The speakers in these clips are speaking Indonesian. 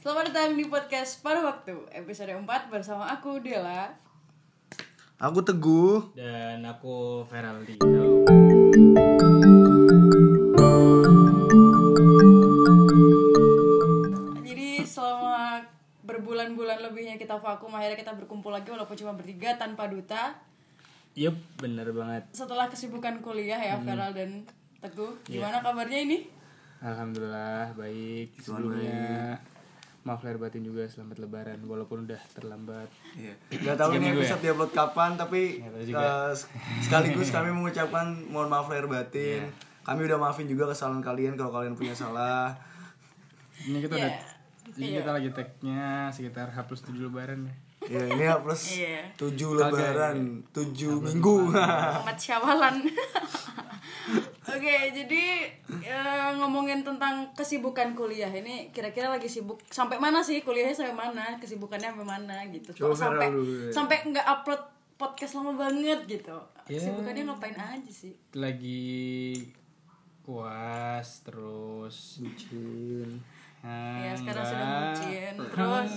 Selamat datang di podcast Paruh Waktu, episode 4 bersama aku Dela. Aku Teguh. Dan aku Feraldi. Jadi selama berbulan-bulan lebihnya kita vakum, akhirnya kita berkumpul lagi walaupun cuma bertiga tanpa duta. Yup, bener banget. Setelah kesibukan kuliah ya, Feral dan Teguh. Gimana kabarnya ini? Alhamdulillah baik. Sebelumnya maaf lahir batin juga, selamat lebaran walaupun udah terlambat. Iya. Gak tahu ini episode diupload kapan, tapi sekaligus kami mengucapkan mohon maaf lahir batin. Kami udah maafin juga kesalahan kalian kalau kalian punya salah. Ini kita udah kita lagi tag-nya sekitar H+7 lebaran ya. Iya, ini plus 7 lebaran, 7 minggu. Amat syawalan. Oke, jadi ngomongin tentang kesibukan kuliah ini, kira-kira lagi sibuk sampai mana sih kuliahnya, sampai mana, kesibukannya sampai mana gitu. Sampai nggak upload podcast lama banget gitu. Kesibukannya ngapain aja sih? Lagi UAS terus bucin. Ya sekarang sudah bucin terus.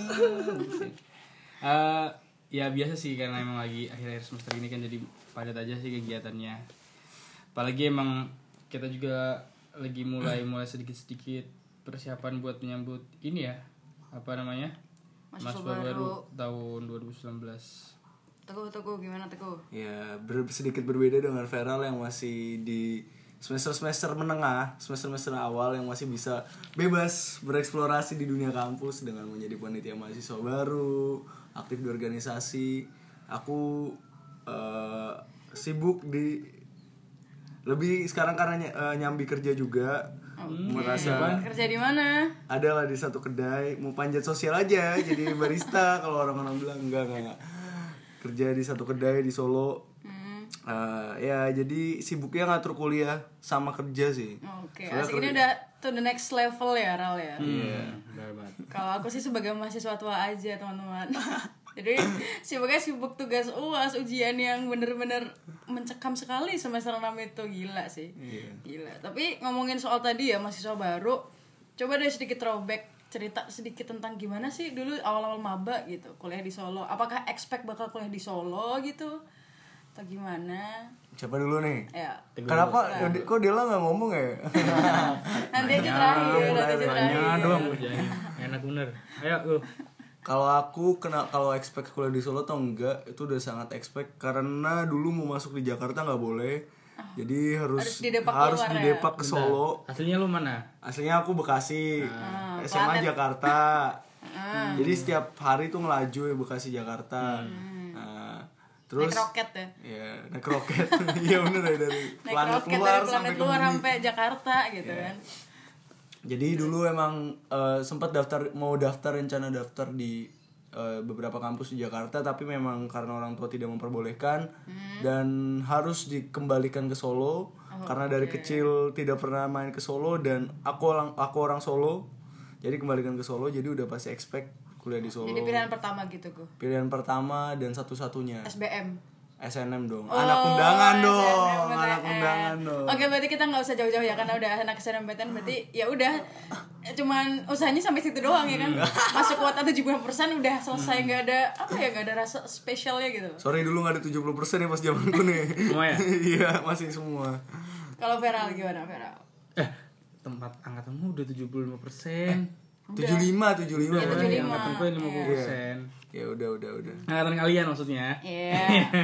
Ya biasa sih karena emang lagi akhir-akhir semester ini kan jadi padat aja sih kegiatannya. Apalagi emang kita juga lagi mulai sedikit-sedikit persiapan buat menyambut ini ya, apa namanya, mahasiswa baru tahun 2019. Teguh gimana Teguh? Ya sedikit berbeda dengan Feral yang masih di semester menengah, semester awal yang masih bisa bebas bereksplorasi di dunia kampus dengan menjadi panitia mahasiswa baru, aktif di organisasi. Aku sibuk di lebih sekarang karena nyambi kerja juga. Merasa kerja di mana? Adalah di satu kedai, mau panjat sosial aja jadi barista kalau orang-orang bilang enggak. Kerja di satu kedai di Solo. Ya jadi sibuknya ngatur kuliah sama kerja sih. Oke, asik, ini udah to the next level ya Ral ya. Iya, benar banget. Kalau aku sih sebagai mahasiswa tua aja teman-teman. Jadi sibuk tugas UAS, ujian yang bener-bener mencekam sekali semester 6 itu, gila sih. Gila. Tapi ngomongin soal tadi ya mahasiswa baru, coba deh sedikit throwback, cerita sedikit tentang gimana sih dulu awal-awal maba gitu, kuliah di Solo. Apakah expect bakal kuliah di Solo gitu? Atau gimana? Siapa dulu nih? Ya. Kenapa kok Dela nggak ngomong ya? Nanti aja terakhir. Nanya dong, enak bener. Ayo lu. Kalau aku kalau expect kuliah di Solo atau enggak, itu udah sangat expect karena dulu mau masuk di Jakarta nggak boleh. Jadi harus didepak ke Solo. Aslinya lu mana? Aslinya aku Bekasi. SMA Jakarta. Jadi setiap hari tuh ngelaju ya Bekasi Jakarta. Terus naik roket ya? Iya, naik roket. Iya bener ya, dari planet luar sampai Jakarta gitu kan. Jadi dulu emang sempat rencana daftar di beberapa kampus di Jakarta, tapi memang karena orang tua tidak memperbolehkan dan harus dikembalikan ke Solo karena dari kecil tidak pernah main ke Solo dan aku orang Solo. Jadi kembalikan ke Solo, jadi udah pasti expect kuliah di Solo. Jadi pilihan pertama gitu gue. Pilihan pertama dan satu-satunya. SBM. SNM dong. Anak undangan dong. Oke, berarti kita nggak usah jauh-jauh ya karena udah anak SNMPTN, berarti ya udah cuman usahanya sampai situ doang ya kan. Masuk kuota 70% udah selesai, nggak ada rasa spesialnya gitu. Sorry dulu nggak ada 70% ya pas zamanku nih. Semua ya? Iya, masih semua. Kalau Feral gimana, Feral? Tempat angkatanmu udah 75%. 75. Ya, angkatan gue 50%. Ya udah. Angkatan kalian maksudnya. Iya.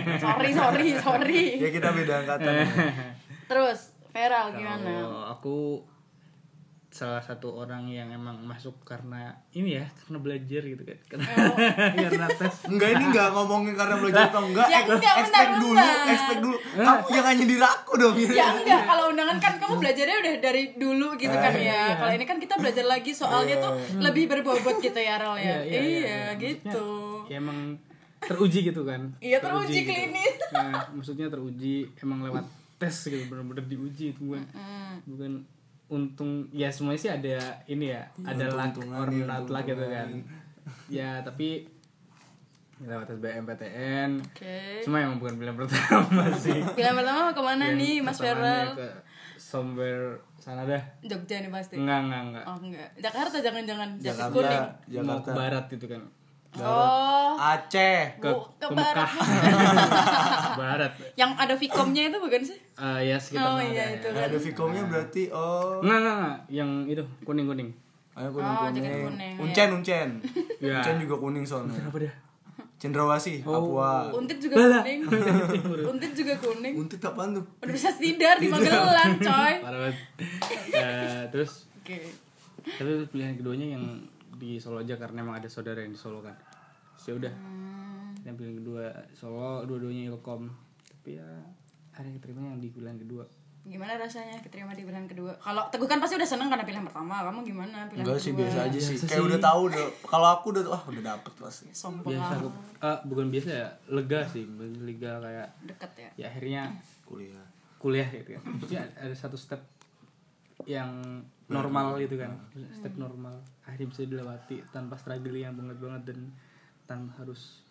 Sorry. Ya kita beda angkatan. Terus Feral gimana? Kalau aku salah satu orang yang emang masuk karena ini ya, karena belajar gitu kan. Karena tes. Enggak, ini enggak ngomongin karena belajar atau enggak. Ya, expect dulu. Kamu jangan nyindir aku dong. Ya enggak, kalau undangan kan kamu belajarnya udah dari dulu gitu kan ya. Kalau ini kan kita belajar lagi soalnya tuh lebih berbobot gitu ya Ral ya. Iya, gitu. Ya emang teruji gitu kan. Iya, teruji klinis. Gitu. Nah, maksudnya teruji emang lewat tes gitu, benar-benar diuji itu bukan untung ya, semuanya sih ada ini ya, ada luck or not luck gitu kan. Ya tapi lewat SBMPTN. Cuma emang bukan pilihan pertama sih. Pilihan pertama kemana nih Mas Feral? somewhere sana dah. Jogja nih pasti. Enggak. Oh enggak. Jakarta jangan-jangan Jaket Jakarta. Kuning. Mau ke barat gitu kan. Oh. Aceh. Ke barat. Barat. Yang ada Vicomnya itu bukan sih? Ya sekitar Oh sana iya ada. itu Nah, kan. ada Vicomnya berarti Enggak. Yang itu kuning. Ayo Oh, jaket kuning. kuning, Uncen. Ya. Uncen juga kuning soalnya. Apa dia? Cendrawasih, Papua. Untit juga kuning. Untit juga kuning. Untit apaan tuh? Udah bisa tidar di Magelang, coy. Parah banget. Terus Oke. tapi pilihan keduanya yang di Solo aja karena emang ada saudara yang di Solo kan. Ya udah. Yang pilihan kedua Solo, dua-duanya Ilkom. Tapi ya ada yang keterima yang di pilihan kedua. Gimana rasanya keterima di pilihan kedua? Kalau Teguh kan pasti udah seneng karena pilihan pertama. Kamu gimana pilihan Enggak kedua? sih, biasa aja sih. Biasa Kayak sih. udah tahu udah. Kalau aku udah udah dapet pasti. Sombong Biasa banget. bukan biasa ya, lega sih, lega kayak Deket ya. ya akhirnya Kuliah. gitu kan. Jadi ada satu step yang normal gitu kan. Step normal akhirnya bisa dilewati tanpa struggle yang banget dan tanpa harus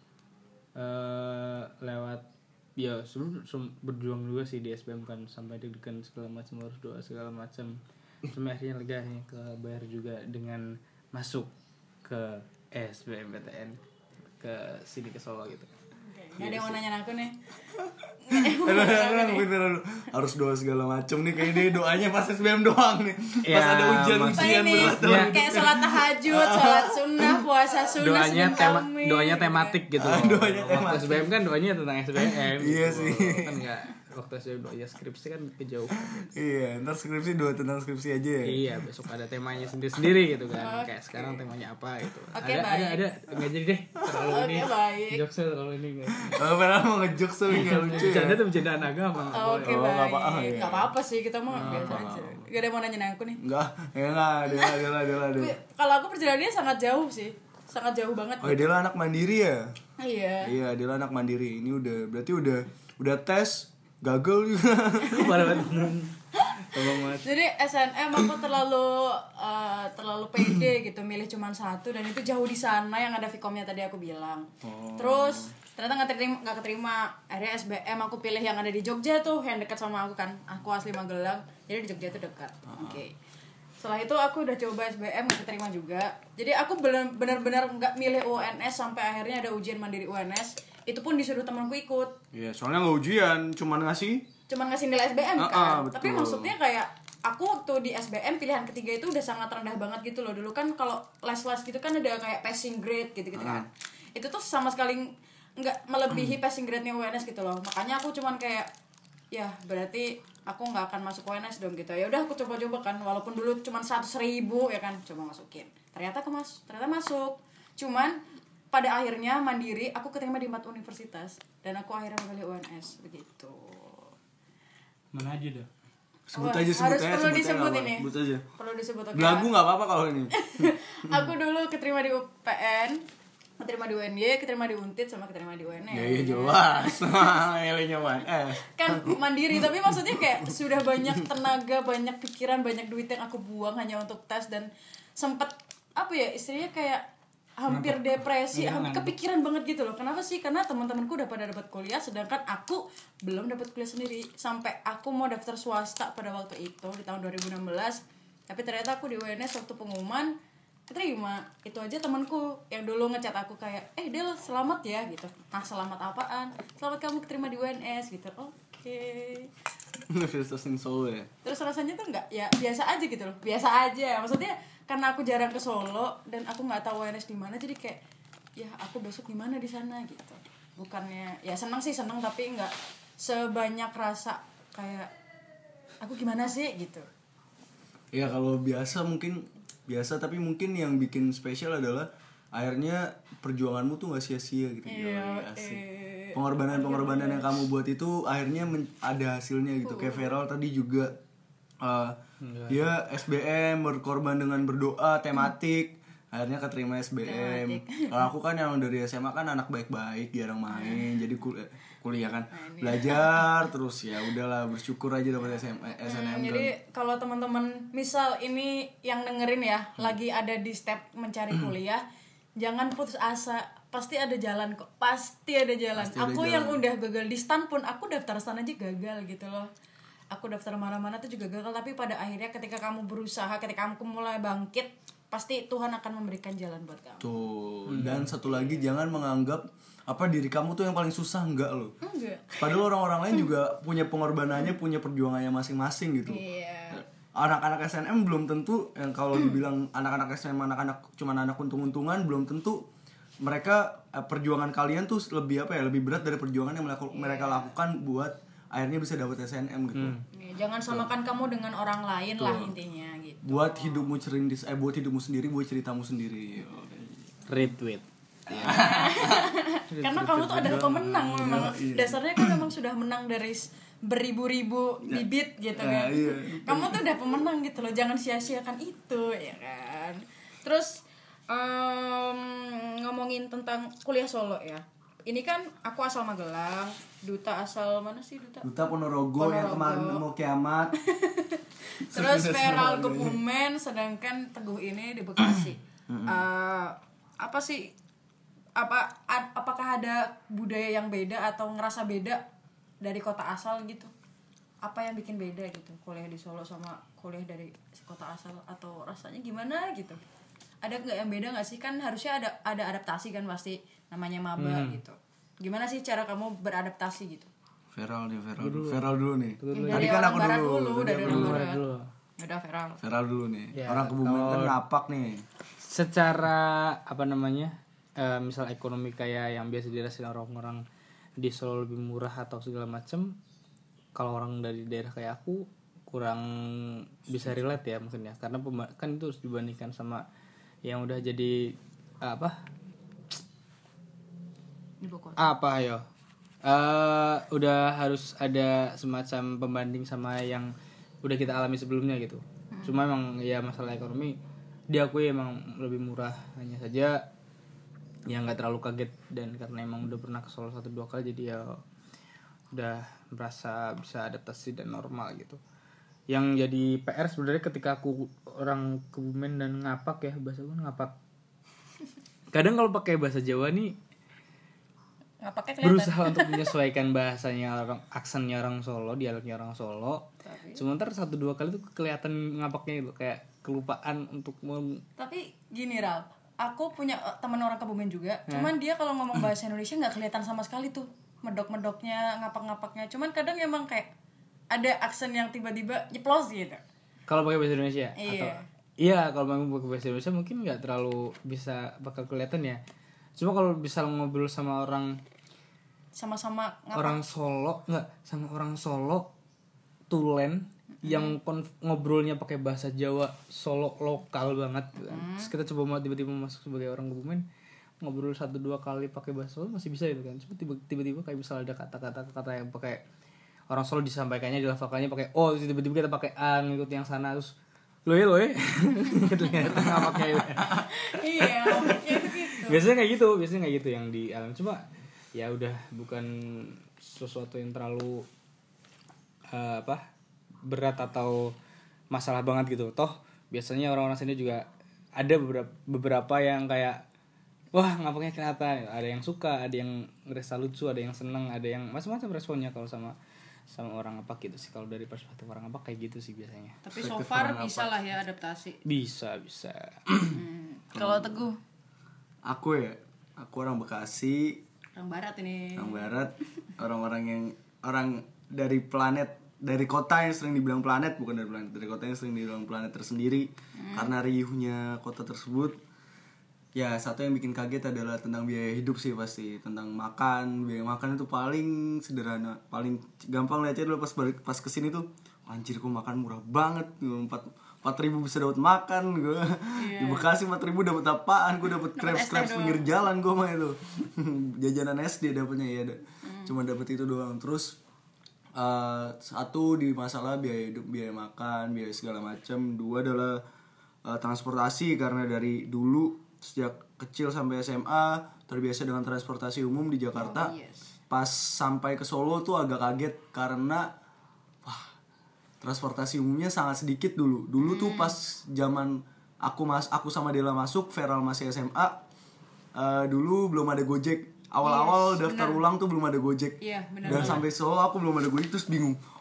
lewat ya sebelum berjuang juga sih di SBM kan sampai deg-degan segala macam harus doa segala macam sampai akhirnya lega akhirnya kebayar juga dengan masuk ke SBMPTN ke sini ke Solo gitu. Gak ada yang mau nanya aku nih. Beneran harus doa segala macem nih kayak dia doanya pas SBM doang nih. Pas Ya, ada ujian Ini berat. kayak sholat tahajud, sholat sunnah, puasa sunnah, doanya tematik gitu. Doanya Waktu tematik. SBM kan doanya tentang SBM. Iya gitu. sih. Kan enggak waktu SBM doanya skripsi kan kejauhan. Iya, ntar skripsi doa tentang skripsi aja ya. Iya, besok ada temanya sendiri-sendiri gitu kan. Kayak sekarang temanya apa gitu. Oke, ada enggak jadi deh. Terlalu Oke, ini. baik. Jokesnya terlalu ini enggak. Kalau pernah mau ngejok tuh nggak lucu ya. Bercanda tuh bercandaan agama. Oke, Oh, nggak baik. apa-apa, ya. Nggak apa-apa sih, kita mah biasa aja. Gak ada yang mau nanya aku nih. Enggak, ya enggak, ada. Kalau aku perjalanannya sangat jauh sih. Sangat jauh banget. Oh, dia lah anak mandiri ya? Iya. Iya, dia lah anak mandiri. Ini berarti udah tes gagal juga. Parah banget. Tolong banget. Jadi SNM aku terlalu pede gitu milih cuma satu dan itu jauh di sana yang ada Vicomnya tadi aku bilang. Terus ternyata nggak keterima. Akhirnya SBM aku pilih yang ada di Jogja tuh yang dekat sama aku kan. Aku asli Magelang. Jadi di Jogja itu dekat. Oke. Setelah itu aku udah coba SBM gak keterima juga. Jadi aku benar-benar nggak milih UNS sampai akhirnya ada ujian mandiri UNS. Itu pun disuruh temanku ikut. Iya, soalnya nggak ujian, cuman ngasih Nilai SBM kan. betul. Tapi maksudnya kayak aku waktu di SBM pilihan ketiga itu udah sangat rendah banget gitu loh. Dulu kan kalau les-les gitu kan ada kayak passing grade gitu kan. Itu tuh sama sekali nggak melebihi passing grade-nya UNS gitu loh. Makanya aku cuman kayak ya berarti aku nggak akan masuk UNS dong gitu. Ya udah aku coba-coba kan walaupun dulu cuman 100.000 ya kan coba masukin. Ternyata masuk. Cuman pada akhirnya mandiri aku keterima di 4 universitas dan aku akhirnya memilih UNS begitu. Mana aja dah. sebut Wah, aja perlu disebut nggak ini. apa-apa. Sebut aja. Perlu disebut oke. Belagu nggak apa-apa kalau ini. Aku dulu keterima di UPN, keterima di UNY, keterima di Untit sama keterima di UNS. Ya iya jelas. Milihnya UNS. Kan mandiri tapi maksudnya kayak sudah banyak tenaga, banyak pikiran, banyak duit yang aku buang hanya untuk tes dan sempet apa ya istilahnya kayak hampir depresi, hampir kepikiran banget gitu loh. Kenapa sih? Karena teman-temanku udah pada dapat kuliah sedangkan aku belum dapat kuliah sendiri. Sampai aku mau daftar swasta pada waktu itu di tahun 2016. Tapi ternyata aku di UNS waktu pengumuman keterima. Itu aja temanku yang dulu ngechat aku kayak, Del selamat ya gitu. Nah selamat apaan? Selamat kamu keterima di UNS gitu. Oke. Universitas di Solo ya. Terus rasanya tuh nggak ya biasa aja gitu loh, biasa aja. Maksudnya karena aku jarang ke Solo dan aku nggak tahu UNS di mana, jadi kayak ya aku besok di mana di sana gitu. Bukannya ya senang tapi nggak sebanyak rasa kayak aku gimana sih gitu. Ya kalau biasa tapi mungkin yang bikin spesial adalah akhirnya perjuanganmu tuh nggak sia-sia gitu. Iya, Asik. Pengorbanan yang kamu buat itu akhirnya ada hasilnya gitu. Kayak Feral tadi juga dia SBM berkorban dengan berdoa tematik akhirnya keterima SBM. Kalau aku kan yang dari SMA kan anak baik-baik jarang main jadi kuliah kan belajar terus ya udahlah bersyukur aja dapat SNM. Jadi kalau teman-teman misal ini yang dengerin ya lagi ada di step mencari kuliah, jangan putus asa, pasti ada jalan kok, pasti ada jalan. Aku yang udah gagal di STAN pun aku daftar STAN aja gagal gitu loh. aku daftar mana-mana tuh juga gagal, tapi pada akhirnya ketika kamu berusaha, ketika kamu mulai bangkit, pasti Tuhan akan memberikan jalan buat kamu. Tuh. Dan satu lagi, jangan menganggap diri kamu tuh yang paling susah, enggak loh. Enggak. Padahal orang-orang lain juga punya pengorbanannya, punya perjuangannya masing-masing gitu. Iya. Anak-anak SNM belum tentu, yang kalau dibilang anak-anak SNM cuman anak untung-untungan, belum tentu mereka perjuangan kalian tuh lebih lebih berat dari perjuangan yang mereka lakukan buat akhirnya bisa dapat SNM gitu. Jangan samakan kamu dengan orang lain lah intinya gitu. Buat hidupmu buat hidupmu sendiri, buat ceritamu sendiri. Retweet. Karena kamu tuh adalah pemenang memang. Dasarnya kan memang sudah menang dari beribu-ribu bibit gitu kan. Kamu tuh udah pemenang gitu loh. Jangan sia-siakan itu ya kan. Terus ngomongin tentang kuliah solo ya. Ini kan aku asal Magelang, Duta asal mana sih Duta? Duta Ponorogo yang kemarin mau kiamat. Terus Feral Kebumen, sedangkan Teguh ini di Bekasi. Apakah ada budaya yang beda atau ngerasa beda dari kota asal gitu? Apa yang bikin beda gitu kuliah di Solo sama kuliah dari kota asal, atau rasanya gimana gitu? Ada nggak yang beda nggak sih? Kan harusnya ada adaptasi kan, pasti namanya maba gitu. Gimana sih cara kamu beradaptasi gitu? Feral dulu nih. Tadi kan aku dulu. Dari barat. Udah Feral dulu nih. Ya, orang Kebumen kan ngapak nih. Secara misal ekonomi kayak yang biasa dirasain orang-orang di Solo lebih murah atau segala macem, kalau orang dari daerah kayak aku kurang bisa relate ya mungkin ya, karena kan itu harus dibandingkan sama yang udah jadi udah harus ada semacam pembanding sama yang udah kita alami sebelumnya gitu. Cuma emang ya masalah ekonomi diakui emang lebih murah, hanya saja ya nggak terlalu kaget, dan karena emang udah pernah ke Solo 1-2 kali jadi ya udah merasa bisa adaptasi dan normal gitu. Yang jadi PR sebenarnya ketika aku orang Kebumen dan ngapak ya, bahasa gue ngapak. Kadang kalau pakai bahasa Jawa nih berusaha untuk menyesuaikan bahasanya aksennya orang Solo, dialeknya orang Solo. Sementara 1-2 kali tuh kelihatan ngapaknya gitu, kayak kelupaan untuk Tapi gini Ral, aku punya teman orang Kebumen juga, cuman dia kalau ngomong bahasa Indonesia nggak kelihatan sama sekali tuh medok-medoknya, ngapak-ngapaknya. Cuman kadang emang kayak ada aksen yang tiba-tiba nyeplos gitu. Kalau pakai bahasa Indonesia? Iya. Iya, kalau pakai bahasa Indonesia mungkin nggak terlalu bisa bakal kelihatan ya. Cuma kalau bisa ngobrol sama orang sama-sama orang Solo, sama orang Solo Tulen yang ngobrolnya pakai bahasa Jawa Solo lokal banget gitu kan. Terus kita coba tiba-tiba masuk sebagai orang Kebumen, ngobrol 1-2 kali pakai bahasa Solo masih bisa gitu kan. Cuma tiba-tiba kayak misal ada kata-kata yang pakai orang Solo disampaikannya, dilafalkannya pakai tiba-tiba kita pakai an ngikut yang sana, terus loe gitu kan ngapaknya gitu. Iya, gitu. Biasanya kayak gitu yang di alam. Cuma ya udah bukan sesuatu yang terlalu berat atau masalah banget gitu. Toh biasanya orang-orang sini juga ada beberapa yang kayak wah ngapaknya kenapa, ada yang suka, ada yang ngerasa lucu, ada yang seneng, ada yang macam-macam responnya kalau sama orang ngapak gitu sih. Kalau dari perspektif orang ngapak kayak gitu sih biasanya. Tapi so far bisa lah ya adaptasi. Bisa. Kalau Teguh? Aku orang Bekasi. Orang barat ini. Orang barat, orang dari kota yang sering dibilang planet, bukan dari planet, dari kota yang sering dibilang planet tersendiri. Karena riuhnya kota tersebut. Ya, satu yang bikin kaget adalah tentang biaya hidup sih pasti. Tentang makan, biaya makan itu paling sederhana, paling gampang lihatnya dulu pas kesini tuh, anjir kok makan murah banget, 4.000 bisa dapat makan gue. Di Bekasi 4.000 dapat apaan? Gue dapat crepes pinggir jalan gue mah itu. Jajanan SD dapatnya ya ada. Cuma dapat itu doang. Terus satu di masalah biaya hidup, biaya makan, biaya segala macam. Dua adalah transportasi, karena dari dulu sejak kecil sampai SMA terbiasa dengan transportasi umum di Jakarta. Pas sampai ke Solo tuh agak kaget karena transportasi umumnya sangat sedikit dulu. Dulu tuh pas zaman aku sama Dela masuk, Feral masih SMA. Dulu belum ada Gojek. Awal-awal daftar ulang tuh belum ada Gojek. Iya, benar. Dan sampai Solo aku belum ada Gojek, terus bingung.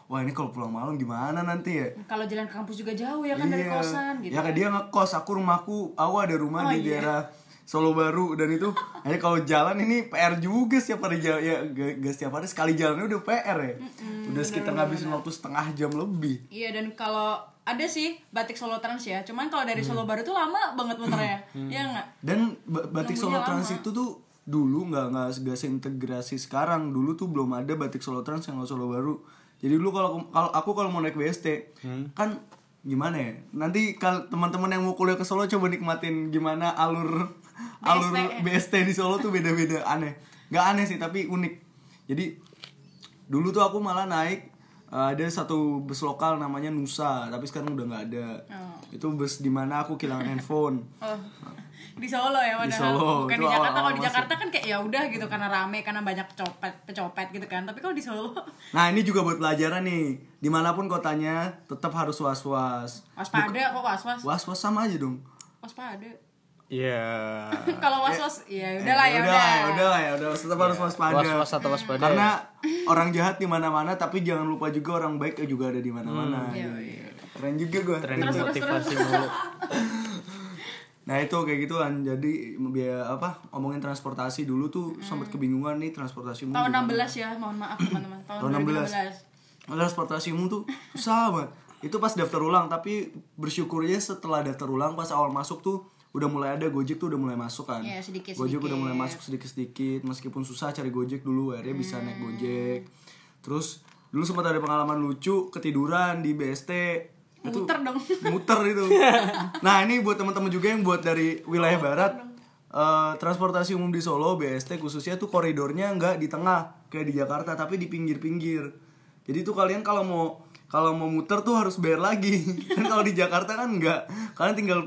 wah ini kalau pulang malam gimana nanti ya. Kalau jalan ke kampus juga jauh ya kan dari kosan gitu. Ya kan dia ngekos, aku ada rumah di daerah Solo Baru, dan itu hanya kalau jalan ini PR juga setiap hari jalan ya, gak setiap hari, sekali jalannya udah PR ya. Udah sekitar ngabisin waktu setengah jam lebih. Iya, dan kalau ada sih Batik Solo Trans ya, cuman kalau dari Solo Baru tuh lama banget muternya. Iya enggak? Dan Batik Solo Trans itu tuh dulu nggak seintegrasi sekarang. Dulu tuh belum ada Batik Solo Trans yang Solo Baru. Jadi dulu kalau mau naik BST kan gimana ya? Nanti kalau teman-teman yang mau kuliah ke Solo coba nikmatin gimana alur BST di Solo tuh beda-beda, aneh. Nggak aneh sih, tapi unik. Jadi dulu tuh aku malah naik ada satu bus lokal namanya Nusa, tapi sekarang udah nggak ada. Itu bus dimana aku kehilangan handphone. Di Solo ya, di Solo. Bukan di Jakarta. Kalau di Jakarta kan kayak ya udah gitu, karena rame, karena banyak pecopet gitu kan. Tapi kalau di Solo, nah ini juga buat pelajaran nih, dimanapun kotanya tetap harus was-was. Waspada kok was-was. Was-was sama aja dong. Waspada. Iya. Kalau was-was ya udahlah ya udah tetap harus waspada. Was-was atau waspada. Karena orang jahat di mana-mana, tapi jangan lupa juga orang baik juga ada di mana-mana. Keren juga gue. Training motivasi mulu. Nah itu kayak gitu kan. Jadi ngomongin transportasi dulu tuh sempat kebingungan nih, transportasi umum tahun 16 ya, mohon maaf teman-teman. Tahun 16. Transportasi umum tuh susah banget. Itu pas daftar ulang, tapi bersyukurnya setelah daftar ulang pas awal masuk tuh udah mulai ada Gojek tuh udah mulai masuk kan. Iya, sedikit. Gojek udah mulai masuk sedikit-sedikit, meskipun susah cari Gojek dulu, akhirnya bisa naik Gojek. Terus dulu sempat ada pengalaman lucu ketiduran di BST. Muter dong. Muter itu. Nah, ini buat teman-teman juga yang buat dari wilayah barat. Transportasi umum di Solo BST khususnya tuh koridornya nggak di tengah kayak di Jakarta, tapi di pinggir-pinggir. Jadi tuh kalian kalau mau muter tuh harus bayar lagi. Kan kalau di Jakarta kan enggak. Kalian tinggal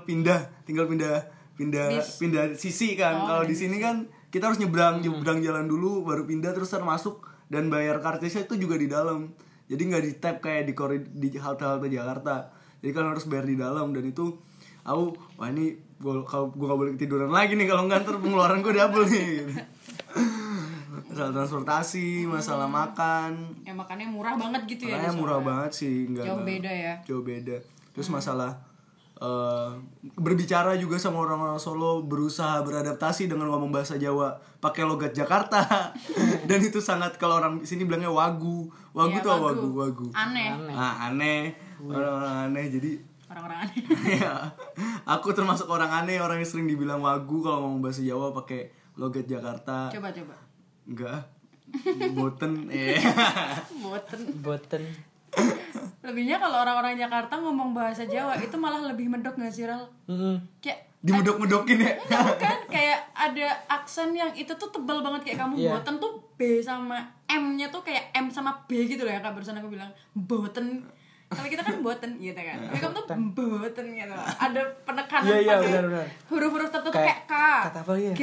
pindah sisi kan. Kalau di sini kan kita harus nyebrang jalan dulu baru pindah, terus masuk, dan bayar karcisnya itu juga di dalam. Jadi enggak di tap kayak di halte-halte Jakarta. Jadi kalian harus bayar di dalam, dan itu wah ini kalau gue gak boleh ketiduran lagi nih, kalau enggak ntar pengeluaran gue double nih gitu. Masalah transportasi, masalah makan. Ya makannya murah banget gitu ya. Makanya murah banget sih, jauh beda ya. Jauh beda. Terus masalah berbicara juga sama orang-orang Solo, berusaha beradaptasi dengan ngomong bahasa Jawa pakai logat Jakarta. Dan itu sangat, kalau orang sini bilangnya wagu. Wagu tuh wagu. Aneh. Aneh. Orang-orang aneh, jadi orang-orang aneh. Ya. Aku termasuk orang aneh, orang yang sering dibilang wagu kalau ngomong bahasa Jawa pakai logat Jakarta. Coba. Enggak. Boten. Boten. Lebihnya kalau orang-orang Jakarta ngomong bahasa Jawa itu malah lebih medok nggak sih, Ral? Kayak dimedok-medokin ya? Enggak, bukan, kayak ada aksen yang itu tuh tebal banget, kayak kamu boten tuh B sama M-nya tuh kayak M sama B gitu loh ya, Kak. Barusan aku bilang boten. Kalau kita kan boten gitu kan. Tapi kamu tuh boten gitu. Ada penekanan pada huruf-huruf tertentu kayak K, G,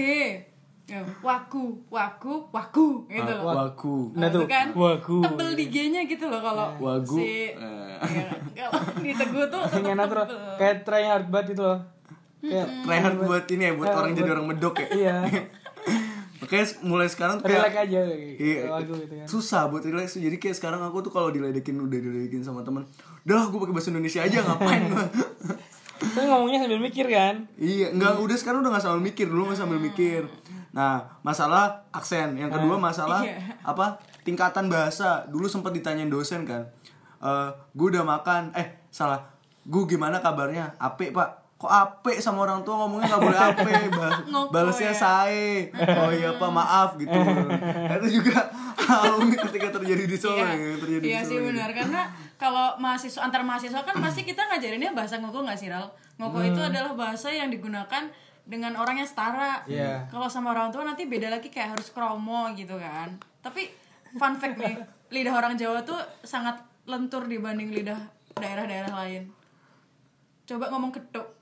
wagu gitu loh. Wagu. Nah tuh kan wagu. Tebel di G-nya gitu loh kalau wagu. Kalau di Teguh tuh terus kayak try hard banget gitu loh. Kayak try hard buat ini ya, buat orang jadi orang medok ya. Iya. Makanya mulai sekarang kayak relax aja wagu gitu kan. Susah buat relax. Jadi kayak sekarang aku tuh kalau diledekin sama teman, udah gue pakai bahasa Indonesia aja, ngapain gue. Tapi ngomongnya sambil mikir kan? Iya, udah sekarang udah nggak sambil mikir, dulu nggak sambil mikir. Nah, masalah aksen. Yang kedua masalah tingkatan bahasa. Dulu sempat ditanyain dosen kan. Gue udah makan. Gue gimina kabarnya? Ape, Pak. Kok ape sama orang tua ngomongnya nggak boleh ape, balasnya sae. Oh iya Pak, maaf gitu. Itu juga ketika terjadi di Solo. Iya sih benar, karena kalau antar mahasiswa kan pasti kita ngajarinnya bahasa Ngoko nggak sih, Ral? Ngoko itu adalah bahasa yang digunakan dengan orang yang setara. Kalau sama orang tua nanti beda lagi, kayak harus kromo gitu kan. Tapi fun fact nih, lidah orang Jawa tuh sangat lentur dibanding lidah daerah-daerah lain. Coba ngomong ketuk.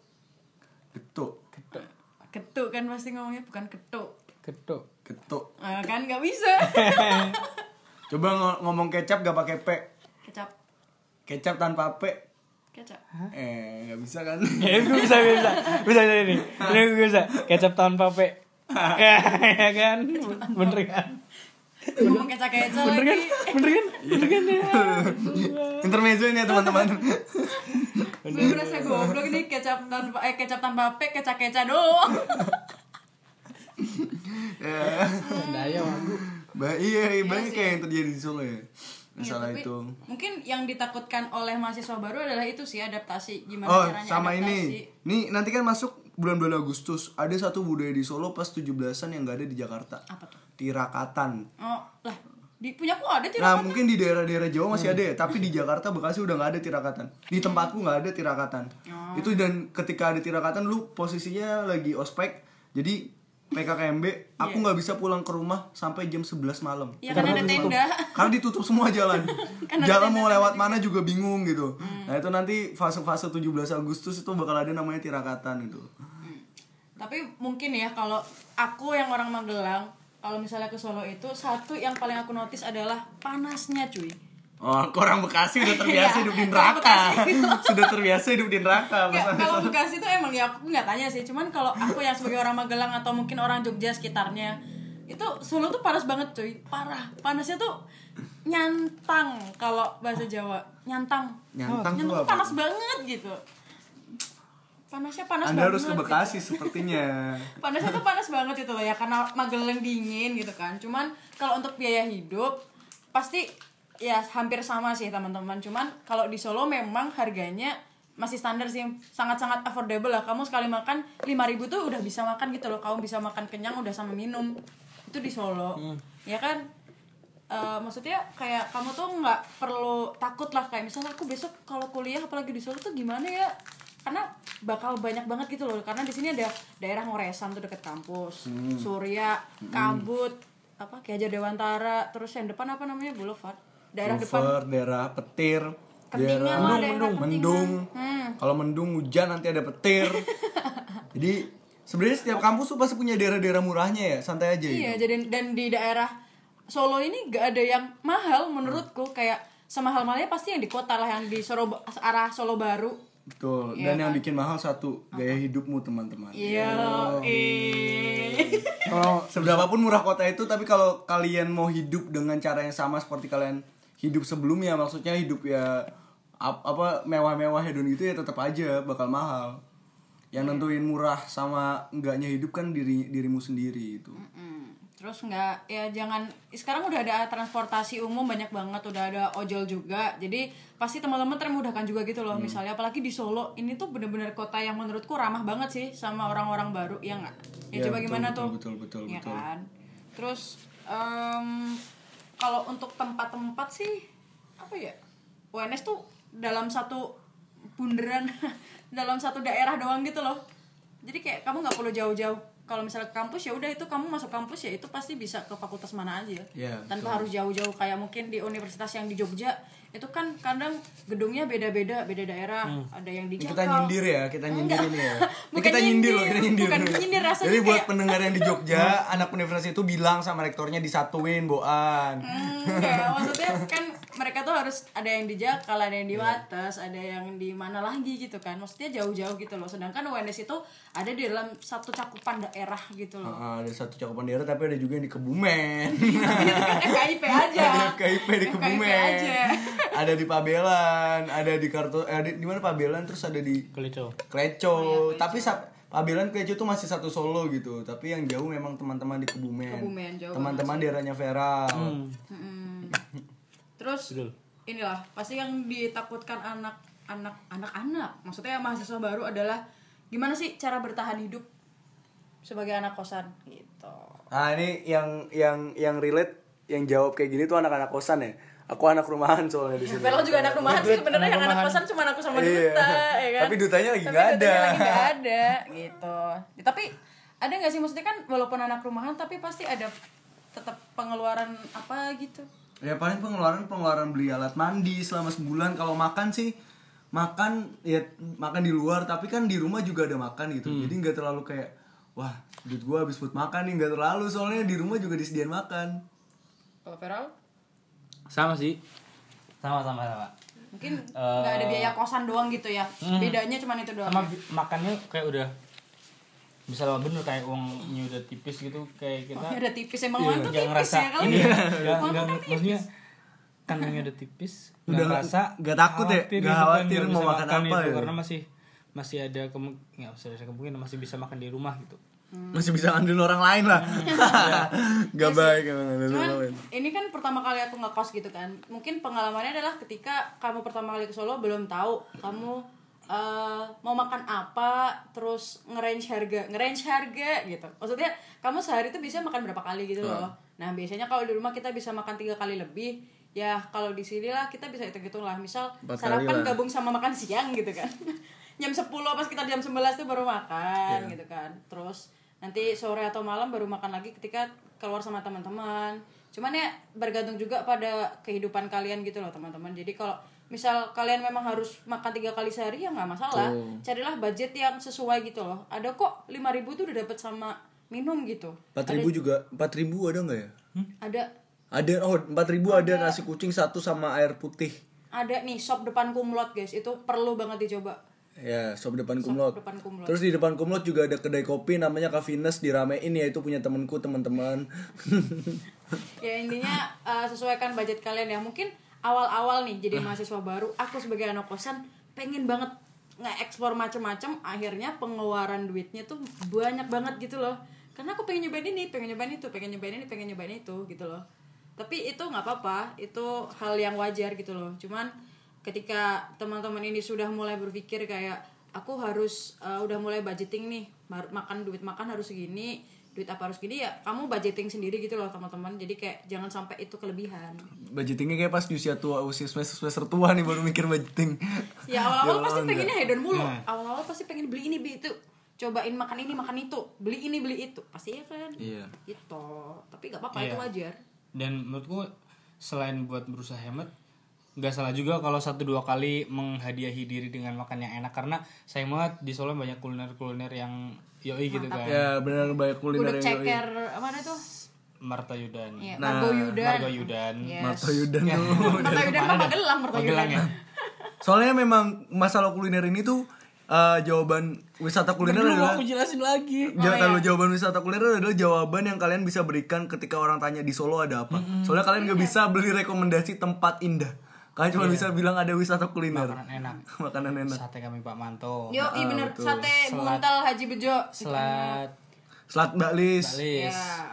Ketuk kan pasti ngomongnya bukan ketuk. Kan nggak bisa. Coba ngomong kecap gak pakai P. Kecap tanpa P. Kecap. Nggak bisa kan? Bisa ini. Ini bisa. Kecap tanpa P. Ya kan? Bener kan? ngomong keca-keca lagi. Bener kan ya. Intermezzo ini ya teman-teman. Gue merasa goblok nih, kecap tanpa P, keca-keca doang. Daya wagu. Iya, banyak kayak yang terjadi di Solo ya. Masalah Tapi itu. mungkin yang ditakutkan oleh mahasiswa baru adalah itu sih, adaptasi. Gimana Oh, caranya sama adaptasi. ini. Nih, nanti kan masuk bulan-bulan Agustus. Ada satu budaya di Solo pas 17-an yang gak ada di Jakarta. Apa tuh? Tirakatan. Oh, lah, di punyaku ada Nah, tirakatan. mungkin di daerah-daerah Jawa masih ada ya, tapi di Jakarta, Bekasi udah gak ada tirakatan. Di tempatku gak ada tirakatan. Itu dan ketika ada tirakatan lu posisinya lagi ospek. Jadi PKKMB, aku nggak bisa pulang ke rumah sampai jam 11 malam. Ya kan ada tenda. Karena ditutup semua jalan. Kan ada Jalan tenda, mau lewat mana juga bingung gitu. Nah, itu nanti fase-fase 17 Agustus itu bakal ada namanya tirakatan itu. Tapi mungkin ya kalau aku yang orang Magelang, kalau misalnya ke Solo itu satu yang paling aku notice adalah panasnya, cuy. Oh, aku orang Bekasi udah terbiasa Iya, hidup di orang neraka. Bekasi. Sudah terbiasa hidup di neraka. Nggak, kalau Bekasi itu emang ya aku nggak tanya sih, cuman kalau aku yang sebagai orang Magelang atau mungkin orang Jogja sekitarnya, itu Solo tuh panas banget, cuy. Parah. Panasnya tuh nyantang kalau bahasa Jawa. Nyantang. Nyantang tuh Nyantang apa? panas banget gitu. Panasnya panas Anda banget. harus ke Bekasi gitu. sepertinya. Panasnya tuh panas banget itu loh ya, karena Magelang dingin gitu kan. Cuman kalau untuk biaya hidup pasti ya hampir sama sih teman-teman. Cuman kalau di Solo memang harganya masih standar sih, sangat-sangat affordable lah. Kamu sekali makan 5.000 tuh udah bisa makan gitu loh. Kamu bisa makan kenyang udah sama minum. Itu di Solo. Ya kan? Maksudnya kayak kamu tuh nggak perlu takut lah, kayak misalnya aku besok kalau kuliah apalagi di Solo tuh gimana ya, karena bakal banyak banget gitu loh. Karena di sini ada daerah Ngoresan tuh deket kampus, Surya, Kabut, apa Ki Hajar Dewantara, terus yang depan apa namanya Boulevard, daerah depan Buffer, daerah Petir, Kentingan daerah lah, daerah Mendung. Kalau Mendung hujan nanti ada petir. Jadi sebenarnya setiap kampus tuh pasti punya daerah-daerah murahnya ya, santai aja iya. gitu. Jadi dan di daerah Solo ini gak ada yang mahal menurutku, kayak semahal-mahalnya pasti yang di kota lah, yang di arah Solo Baru. Betul. Iya Dan yang kan? bikin mahal satu, gaya hidupmu teman-teman. Iya. Kalau seberapapun murah kota itu, tapi kalau kalian mau hidup dengan cara yang sama seperti kalian hidup sebelumnya, maksudnya hidup ya apa mewah-mewah hedon gitu, ya tetap aja bakal mahal. Yang nentuin murah sama enggaknya hidup kan dirimu sendiri itu. Terus nggak, ya jangan, sekarang udah ada transportasi umum banyak banget, udah ada ojol juga, jadi pasti teman-teman termudahkan juga gitu loh. Misalnya apalagi di Solo ini tuh bener-bener kota yang menurutku ramah banget sih sama orang-orang baru, ya nggak? Ya, Ya, coba betul, gimana betul, tuh? betul, Ya betul. kan. Terus kalau untuk tempat-tempat sih apa ya? UNS tuh dalam satu bundaran, dalam satu daerah doang gitu loh. Jadi kayak kamu nggak perlu jauh-jauh. Kalau misalnya ke kampus ya udah, itu kamu masuk kampus ya itu pasti bisa ke fakultas mana aja. Ya, Tanpa harus jauh-jauh kayak mungkin di universitas yang di Jogja itu kan kadang gedungnya beda-beda, beda daerah. Ada yang di Ini Jakau. kita nyindir ya, kita nyindir Enggak. ini ya. Ini Bukan kita nyindir loh, nyindir. kita nyindir. Bukan nyindir, rasanya Jadi buat kayak- pendengar yang di Jogja, anak universitas itu bilang sama rektornya disatuin, boan. Kayak maksudnya kan mereka tuh harus ada yang di Jakal, ada yang di Wates, ada yang di mana lagi gitu kan. Maksudnya jauh-jauh gitu loh. Sedangkan UNS itu ada di dalam satu cakupan daerah gitu loh. Ada satu cakupan daerah, tapi ada juga yang di Kebumen. Itu kan FKIP aja. Ada FKIP di FKIP Kebumen. aja. Ada di Pabelan, ada di di mana Pabelan, terus ada di Kleco. Kleco. Tapi Pabelan Kleco tuh masih satu Solo gitu. Tapi yang jauh memang teman-teman di Kebumen. Kebumen, jauh Teman-teman daerahnya Vera. Terus inilah pasti yang ditakutkan anak-anak, maksudnya mahasiswa baru adalah gimana sih cara bertahan hidup sebagai anak kosan gitu. Nah, ini yang relate, yang jawab kayak gini tuh anak-anak kosan ya. Aku anak rumahan soalnya di sini. Velo juga anak rumahan sih sebenarnya, yang anak kosan cuma aku sama Duta, ya kan. Tapi dutanya lagi Tapi nggak ada. dutanya lagi nggak ada gitu. Ya, tapi ada nggak sih, maksudnya kan walaupun anak rumahan tapi pasti ada tetap pengeluaran apa gitu. Ya paling pengeluaran beli alat mandi selama sebulan. Kalau makan sih makan di luar, tapi kan di rumah juga ada makan gitu. Jadi nggak terlalu kayak wah duit gue habis buat makan nih, nggak terlalu, soalnya di rumah juga disediain makan. Kalau Feral Sama sih. Sama. mungkin nggak ada biaya kosan doang gitu ya. Bedanya cuma itu doang. Sama Ya? makannya kayak udah misalnya bener kayak uangnya udah tipis gitu, kayak kita udah tipis emang uang tuh jangan tipis ngerasa ya kali ini ya. enggak maksudnya kan uangnya udah tipis, Udah nggak ngerasa nggak takut ya? khawatir Nggak gitu kan, khawatir nggak mau bisa makan apa gitu, ya? karena masih ada kemungkinan masih bisa makan di rumah gitu. Masih bisa ngandelin orang lain lah. Gak baik emang ngandelin Cuman orang lain. ini kan pertama kali aku ngekos gitu kan. Mungkin pengalamannya adalah ketika kamu pertama kali ke Solo belum tahu kamu mau makan apa, terus ngerange harga gitu. Maksudnya kamu sehari tuh bisa makan berapa kali gitu loh. Nah biasanya kalau di rumah kita bisa makan 3 kali lebih. Ya kalau di sini lah kita bisa hitung-hitung lah. Misal 4 sarapan kali lah. gabung sama makan siang gitu kan. Jam 10 pas kita jam 11 tuh baru makan gitu kan. Terus nanti sore atau malam baru makan lagi ketika keluar sama teman-teman. Cuman ya bergantung juga pada kehidupan kalian gitu loh teman-teman. Jadi kalau misal kalian memang harus makan 3 kali sehari ya nggak masalah. Carilah budget yang sesuai gitu loh. Ada kok 5.000 tuh udah dapet sama minum gitu. 4.000 juga, 4.000 ada nggak ya? Ada Ada, 4.000 ada nasi kucing 1 sama air putih. ada nih sop depan Kumlot guys, itu perlu banget dicoba. Ya, sop depan Kumlot. Depan Kumlot. Terus di depan Kumlot juga ada kedai kopi namanya Cafines, diramein ya, itu punya temanku, teman-teman. Ya intinya sesuaikan budget kalian ya. Mungkin awal-awal nih jadi mahasiswa baru, aku sebagai anak kosan pengen banget nge-explore macem-macem. Akhirnya pengeluaran duitnya tuh banyak banget gitu loh. Karena aku pengen nyobain ini, pengen nyobain itu, pengen nyobain ini, pengen nyobain itu gitu loh. Tapi itu nggak apa-apa, itu hal yang wajar gitu loh. Cuman ketika teman-teman ini sudah mulai berpikir kayak aku harus udah mulai budgeting nih, duit makan harus segini, duit apa harus gini, ya kamu budgeting sendiri gitu loh teman-teman. Jadi kayak jangan sampai itu kelebihan. Budgetingnya kayak pas di usia tua, usia semester tua nih baru mikir budgeting. Ya awal-awal pasti pengennya hedon mulu. Awal-awal pasti pengen beli ini beli itu, cobain makan ini makan itu, beli ini beli itu, pasti ya kan. Iya. Gitu. Tapi nggak apa-apa, itu wajar. Dan menurutku selain buat berusaha hemat, nggak salah juga kalau 1-2 kali menghadiahi diri dengan makan yang enak, karena sayang banget di Solo banyak kuliner yang yoi gitu kan. Ya benar, banyak kuliner Gudeg yang ceker mana tuh? Marta Yudan. Ya, Nah, Margo Yudan. Margo Yudan. Yes. Marta Yudan tuh. Marta Yudan mah Magelang, Marta Yudan. Magelang ya. Soalnya memang masalah kuliner ini tuh jawaban wisata kuliner adalah Aku jelasin lagi. jawaban wisata kuliner adalah jawaban yang kalian bisa berikan ketika orang tanya di Solo ada apa. Soalnya kalian nggak bisa beli rekomendasi tempat indah. Kalian cuma bisa bilang ada wisata kuliner. Makanan enak. Makanan enak. Sate kami Pak Manto. Yo, iya bener, sate buntal Haji Bejo. Selat Selat Mbak Lis. Balis. Ya.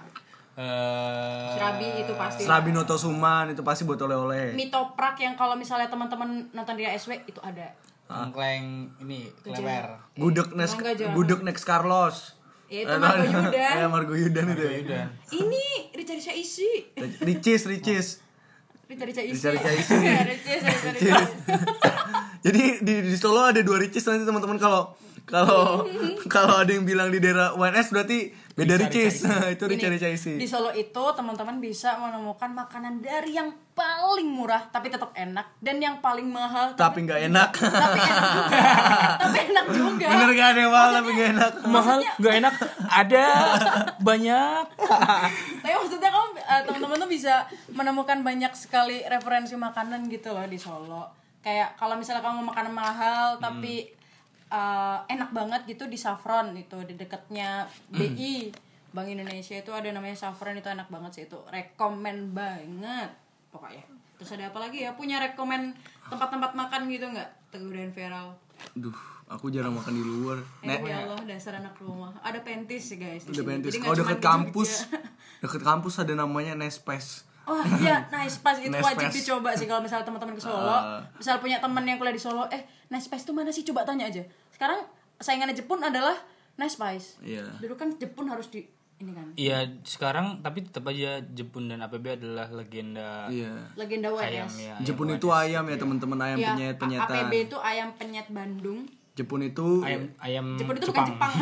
Serabi itu pasti. Serabi Noto Suman itu pasti buat oleh-oleh. Mie toprak yang kalau misalnya teman-teman nonton di ASW itu ada. Kleng ini klewer. Gudeg Next Carlos. Ya, itu Margo Yudan. Ya Margo Yudan itu. Yudan. Ini Rica isi. Ricis. Rica isi. Rica isi. Ricis. Jadi di Solo ada 2 Ricis, nanti teman-teman kalau ada yang bilang di daerah UNS berarti beda Ricis. Itu Rica isi. Di Solo itu teman-teman bisa menemukan makanan dari yang paling murah tapi tetap enak, dan yang paling mahal Tapi nggak enak. tapi enak juga. Bener gak ada yang mahal tapi nggak enak. Mahal, nggak enak. Ada banyak. Tapi maksudnya kamu teman-teman tuh bisa menemukan banyak sekali referensi makanan gitu loh di Solo. Kayak kalau misalnya kamu makanan mahal tapi enak banget gitu di Saffron, itu di dekatnya BI Bank Indonesia itu ada namanya Saffron, itu enak banget sih, itu rekomen banget pokoknya. Terus ada apa lagi ya, punya rekomen tempat-tempat makan gitu nggak, Teguh dan Feral? Duh, aku jarang makan di luar. Ya Allah, dasar anak rumah. Ada Pentis sih guys. Udah pentis. Jadi Kalau nggak deket cuma kampus, deket kampus ada namanya Nespes. Oh iya, Nice Pass itu Nice wajib Pass. dicoba sih kalau misalnya teman-teman ke Solo. Misal punya teman yang kuliah di Solo, Nice Pass itu mana sih? Coba tanya aja. Sekarang saingannya Jepun adalah Nice Pass. Iya. Dulu kan Jepun harus di ini kan. Iya, sekarang tapi tetap aja Jepun dan APB adalah legenda. Iya. Legenda Ayam WS. ya. Jepun itu ayam ya teman-teman, ayam Ya, penyetan. APB itu ayam penyet Bandung. Jepun itu Ayam Jepun itu bukan Jepang.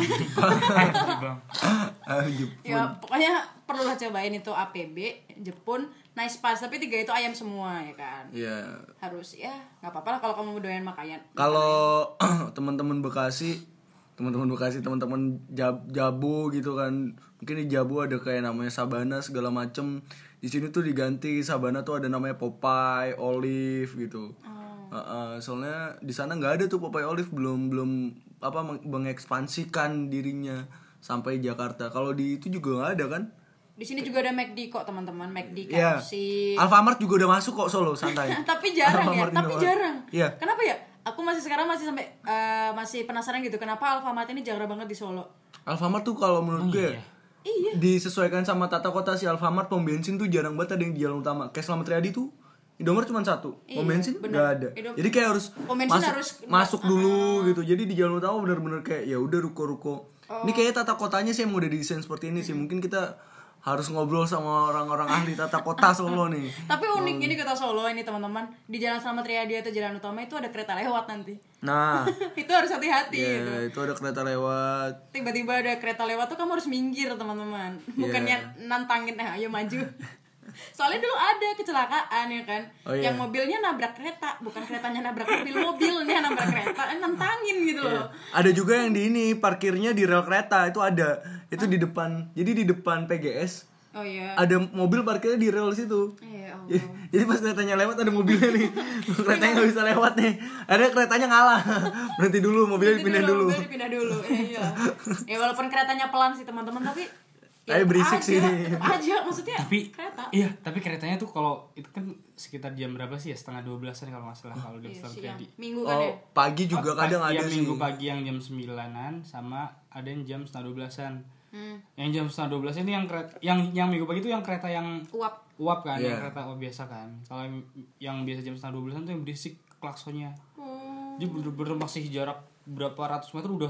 Jepun. Ya, pokoknya perlulah cobain itu APB, Jepun, Nice Pass, tapi 3 itu ayam semua ya kan. Iya. Harus ya, nggak apa-apa lah kalau kamu doyan makanan. Kalau teman-teman Bekasi, teman-teman Jabu gitu kan. Mungkin di Jabu ada kayak namanya Sabana segala macem. Di sini tuh diganti Sabana tuh ada namanya Popeye, Olive gitu. Soalnya di sana nggak ada tuh Popeye Olive, belum mengekspansikan dirinya. sampai Jakarta. Kalau di itu juga nggak ada kan? Di sini juga ada McD kok teman-teman, McD, Iya. KFC. Alfamart juga udah masuk kok Solo, santai. Tapi jarang ya, Alfamart tapi Indomaret. jarang. Iya. Kenapa ya? Aku sekarang masih sampai masih penasaran gitu, kenapa Alfamart ini jarang banget di Solo. Alfamart tuh kalau menurut gue Iya. disesuaikan sama tata kota si Alfamart, pom bensin tuh jarang banget ada yang di jalan utama. Kayak Slamet Riyadi tuh Indomaret cuma satu, pom bensin bener. nggak ada. Jadi kayak harus Pom bensin harus masuk dulu gitu. Jadi di jalan utama bener-bener kayak ya udah ruko-ruko. Ini kayaknya tata kotanya sih yang udah didesain seperti ini sih. Mungkin kita harus ngobrol sama orang-orang ahli tata kota Solo nih. Tapi unik ini kota Solo ini teman-teman, di Jalan Slamet Riyadi atau jalan utama itu ada kereta lewat nanti. Nah, Itu harus hati-hati gitu. ya itu ada kereta lewat. Tiba-tiba ada kereta lewat tuh kamu harus minggir teman-teman, bukannya nantangin ayo maju. Soalnya dulu ada kecelakaan ya kan, yang mobilnya nabrak kereta, bukan keretanya nabrak mobilnya nabrak kereta, nantangin gitu loh. Ada juga yang di ini parkirnya di rel kereta itu ada, itu di depan. Jadi di depan PGS Oh iya. ada mobil parkirnya di rel situ. Iya, Allah. Jadi pas keretanya lewat ada mobilnya nih. Keretanya nggak bisa lewat nih. Ada keretanya ngalah. Berhenti dulu, mobilnya dipindah dulu. Mobil dipindah dulu. Iya. Ya walaupun keretanya pelan sih teman-teman, tapi Tapi berisik sih. tetep aja maksudnya Tapi kereta. iya, tapi keretanya tuh kalau itu kan sekitar jam berapa sih ya? Setengah 12-an kalau nggak salah kalau dari Iya, Slamet siang. Riyadi. Minggu kan ya. Oh, pagi juga kadang ada sih. Minggu pagi yang jam 9-an sama ada yang jam setengah 12-an. Hmm. Yang jam setengah 12 ini yang kereta yang minggu pagi itu yang kereta yang Uap. kan, Iya. yang kereta uap biasa kan. Kalau yang biasa jam setengah 12-an tuh yang berisik klaksonnya. Jadi bener-bener masih jarak berapa ratus meter udah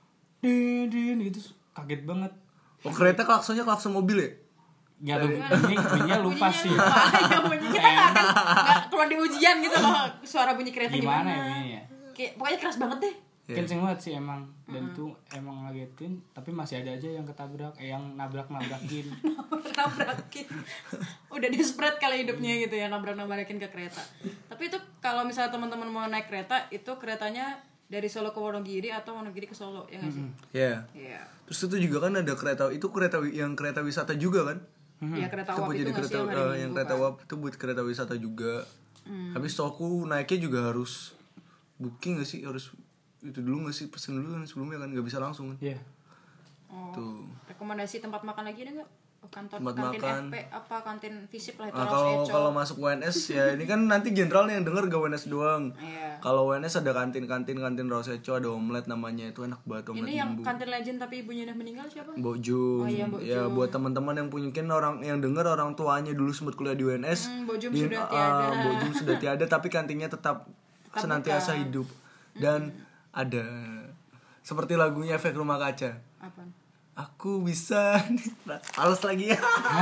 din gitu, kaget banget. Oh, kereta klaksonnya klakson mobil ya? Nggak tahu bunyinya lupa sih. Ya, bunyi kita nggak keluar di ujian gitu loh, suara bunyi kereta Gimana gimana. ya bunyinya? Kayak pokoknya keras banget deh. Kenceng banget sih emang. Dan itu emang ngagetin, tapi masih ada aja yang ketabrak, yang nabrakin. Nabrakin. Udah di spread kali hidupnya gitu ya, nabrakin ke kereta. Tapi itu kalau misalnya teman-teman mau naik kereta, itu keretanya dari Solo ke Wonogiri atau Wonogiri ke Solo, ya nggak sih? Iya. Iya. Terus itu juga kan ada kereta, itu kereta wisata juga kan? Ya kereta Itu uap buat itu jadi nggak kereta sih yang hari yang Minggu kereta kan? uap itu buat kereta wisata juga. Habis toko naiknya juga harus booking gak sih? Harus itu dulu gak sih? Pesen dulu kan sebelumnya kan nggak bisa langsung kan? Iya. Oh, Tuh. rekomendasi tempat makan lagi ada nggak? Kantin Tempat makan. FP apa kantin visip lah itu Nah, Raus Eco. kalau masuk WNS ya ini kan nanti general nih yang denger gak WNS doang. Iya. Kalau WNS ada kantin Raus Eco, ada omelet namanya, itu enak banget omelet Ini yang bumbu. kantin legend tapi ibunya udah meninggal siapa? Mbok Jum. Oh iya, Mbok Ya buat teman-teman yang punya mungkin orang yang denger orang tuanya dulu sempat kuliah di WNS. Mbok Jum sudah tiada. Mbok Jum sudah tiada tapi kantinnya tetap senantiasa hidup. Dan ada seperti lagunya Efek Rumah Kaca. Apa? Aku bisa Males lagi ya.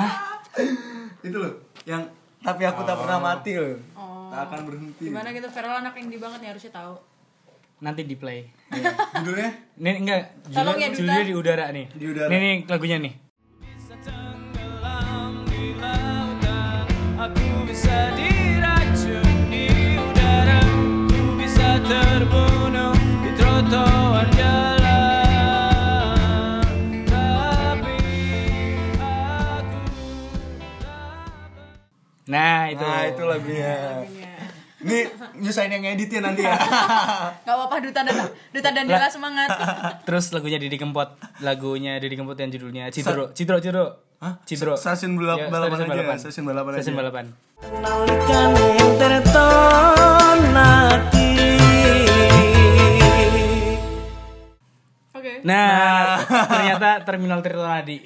Itu loh yang tapi aku tak pernah mati loh. Tak akan berhenti. Gimana gitu, Feral anak indie banget nih, harusnya tahu. Nanti di play. Ya, judulnya Nih enggak, Tolong ya, Duta. judulnya di udara nih. Di udara. Nih lagunya nih. Aku bisa diracun di udara, ku bisa terbunuh di trotoar jalan, tapi aku Nah, itu. Nah, itu lagunya. Nih, nyusahin yang edit ya nanti ya. Gak apa-apa, Duta dan Dela semangat. Terus lagunya Didi Kempot, yang judulnya Cidro. Hah? Cidro. Stasiun Ya, balapan aja. Stasiun balapan Stasiun aja. balapan. nalikan yang tertonati. Oke. Nah, ternyata Terminal Tirtonadi.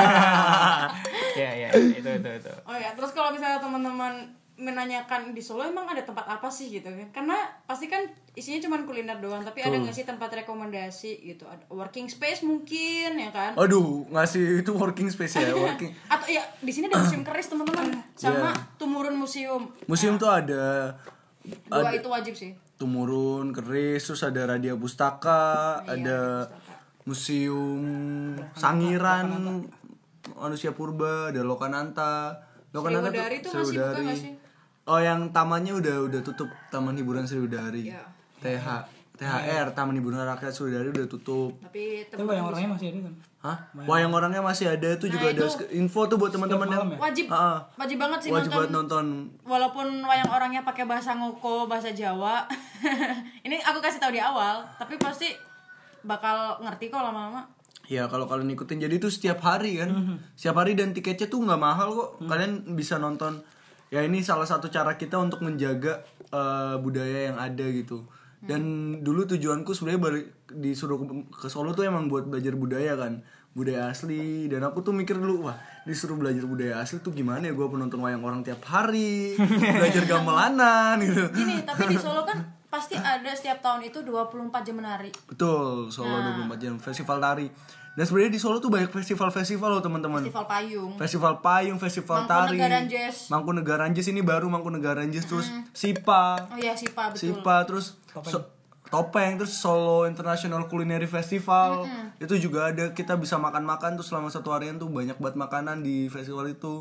Ya, itu. Oh ya, terus kalau misalnya teman-teman menanyakan di Solo emang ada tempat apa sih gitu kan? Karena pasti kan isinya cuma kuliner doang, tapi ada nggak sih tempat rekomendasi gitu? Ada working space mungkin ya kan? Aduh, ngasih itu working space ya, working. Atau ya di sini ada museum keris teman-teman, sama Tumurun Museum. Museum tuh ada Dua itu wajib sih. Tumurun, Keris, terus ada Radia Pustaka, Iya, ada Museum Sangiran, Manusia Purba, ada Lokananta. Sriwedari tuh masih buka nggak sih? Oh, yang tamannya udah tutup, Taman Hiburan Sriwedari. Iya. THR, Taman Hiburan Rakyat Sriwedari udah tutup. Tapi Tapi yang orangnya masih ada kan? Hah? Wayang orangnya masih ada tuh juga ada itu info tuh buat teman-teman yang wajib, Ah, wajib banget sih wajib buat nonton. nonton. Walaupun wayang orangnya pakai bahasa ngoko, bahasa Jawa. Ini aku kasih tahu di awal, tapi pasti bakal ngerti kok lama-lama. Ya kalau kalian ikutin, jadi itu setiap hari kan, setiap hari, dan tiketnya tuh nggak mahal kok. Kalian bisa nonton. Ya ini salah satu cara kita untuk menjaga budaya yang ada gitu. Dan dulu tujuanku sebenarnya balik disuruh ke Solo tuh emang buat belajar budaya kan, budaya asli. Dan aku tuh mikir dulu, wah disuruh belajar budaya asli tuh gimana ya, gue penonton wayang orang tiap hari, belajar gamelanan gitu. Gini, tapi di Solo kan pasti ada setiap tahun itu 24 jam menari. Betul, Solo 24 jam festival tari. Dan sebenarnya di Solo tuh banyak festival-festival loh teman-teman. Festival payung. Festival payung, festival tari. Mangkunegaran Jazz. Mangkunegaran Jazz ini baru Mangkunegaran Jazz, terus SIPA. Oh iya, SIPA, betul. SIPA, terus Topeng, terus Solo International Culinary Festival. Itu juga ada, kita bisa makan-makan tuh selama satu harian tuh, banyak banget makanan di festival itu.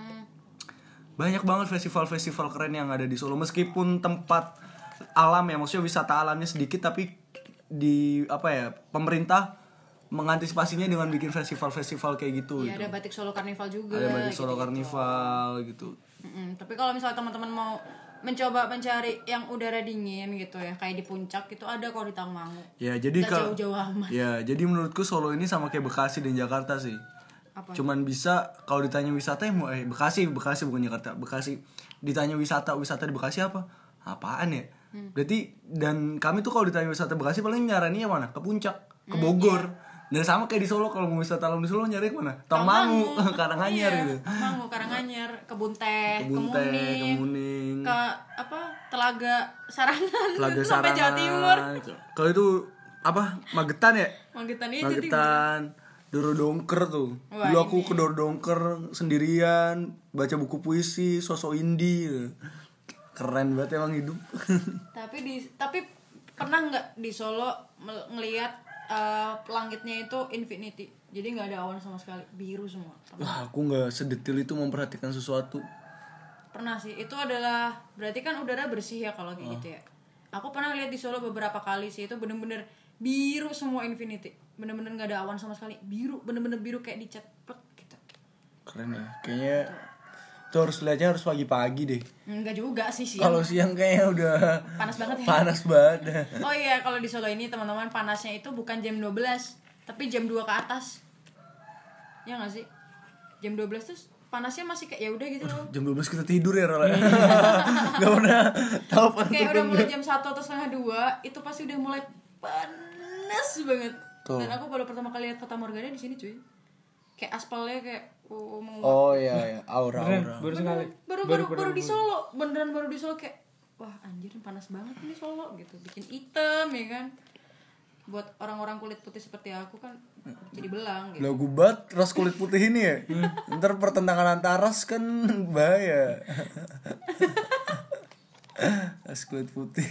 Banyak banget festival-festival keren yang ada di Solo, meskipun tempat alam ya, maksudnya wisata alamnya sedikit, tapi di apa ya, pemerintah mengantisipasinya dengan bikin festival-festival kayak gitu. Iya, ada Batik Solo Karnival juga. Ada Batik Solo Karnival gitu. Tapi kalau misalnya teman-teman mau mencoba mencari yang udara dingin gitu ya, kayak di puncak itu ada kok di Tangmangu. Ya, jadi Nggak jauh-jauh amat. Ya, jadi menurutku Solo ini sama kayak Bekasi dan Jakarta sih. Apa? Cuman bisa kalau ditanya wisata yang Bekasi bukan Jakarta. Bekasi ditanya wisata di Bekasi apa? Apaan ya? Berarti, dan kami tuh kalau ditanya wisata Bekasi paling nyaraninya mana? Ke puncak, ke Bogor. Dan sama kayak di Solo, kalau mau wisata alam di Solo nyari ke mana? Tangmangu, Karanganyar gitu. Tangmangu, Karanganyar, Kebun Teh, Kebun Teh, Kemuning, ke apa? Telaga Sarangan. Telaga sampai Jawa Timur. Sarangan. Kalau itu apa? Magetan ya? Magetan itu Magetan. Dorodongker tuh. Wah, Dulu aku ke Dorodongker sendirian, baca buku puisi, sosok indie. Keren banget emang hidup. Tapi pernah nggak di Solo ngelihat langitnya itu infinity, jadi nggak ada awan sama sekali, biru semua. Wah, aku nggak sedetil itu memperhatikan sesuatu. Pernah sih, itu adalah berarti kan udara bersih ya kalau kayak gitu ya. Aku pernah lihat di Solo beberapa kali sih, itu bener-bener biru semua infinity, bener-bener nggak ada awan sama sekali, biru, bener-bener biru kayak dicat plek gitu. Keren ya, kayaknya itu harus lihatnya harus pagi-pagi deh. Enggak juga sih sih. Kalau siang kayaknya udah panas banget ya. Panas banget. Oh iya, kalau di Solo ini teman-teman panasnya itu bukan jam 12, tapi jam 2 ke atas. Ya nggak sih? Jam 12 tuh panasnya masih kayak ya udah gitu loh. Jam 12 kita tidur ya, Rola. Gak pernah tahu panas. Kayak udah mulai jam 1 atau setengah 2, itu pasti udah mulai panas banget. Tuh. Dan aku baru pertama kali lihat Fata Morgana di sini, cuy. Kayak aspalnya kayak Oh iya, aura. Baru sekali. baru di Solo, beneran baru di Solo kayak wah anjir panas banget ini Solo gitu, bikin hitam ya kan. Buat orang-orang kulit putih seperti aku kan jadi belang gitu. Lagu banget ras kulit putih ini ya. Ntar pertentangan antar ras kan bahaya. Ras kulit putih.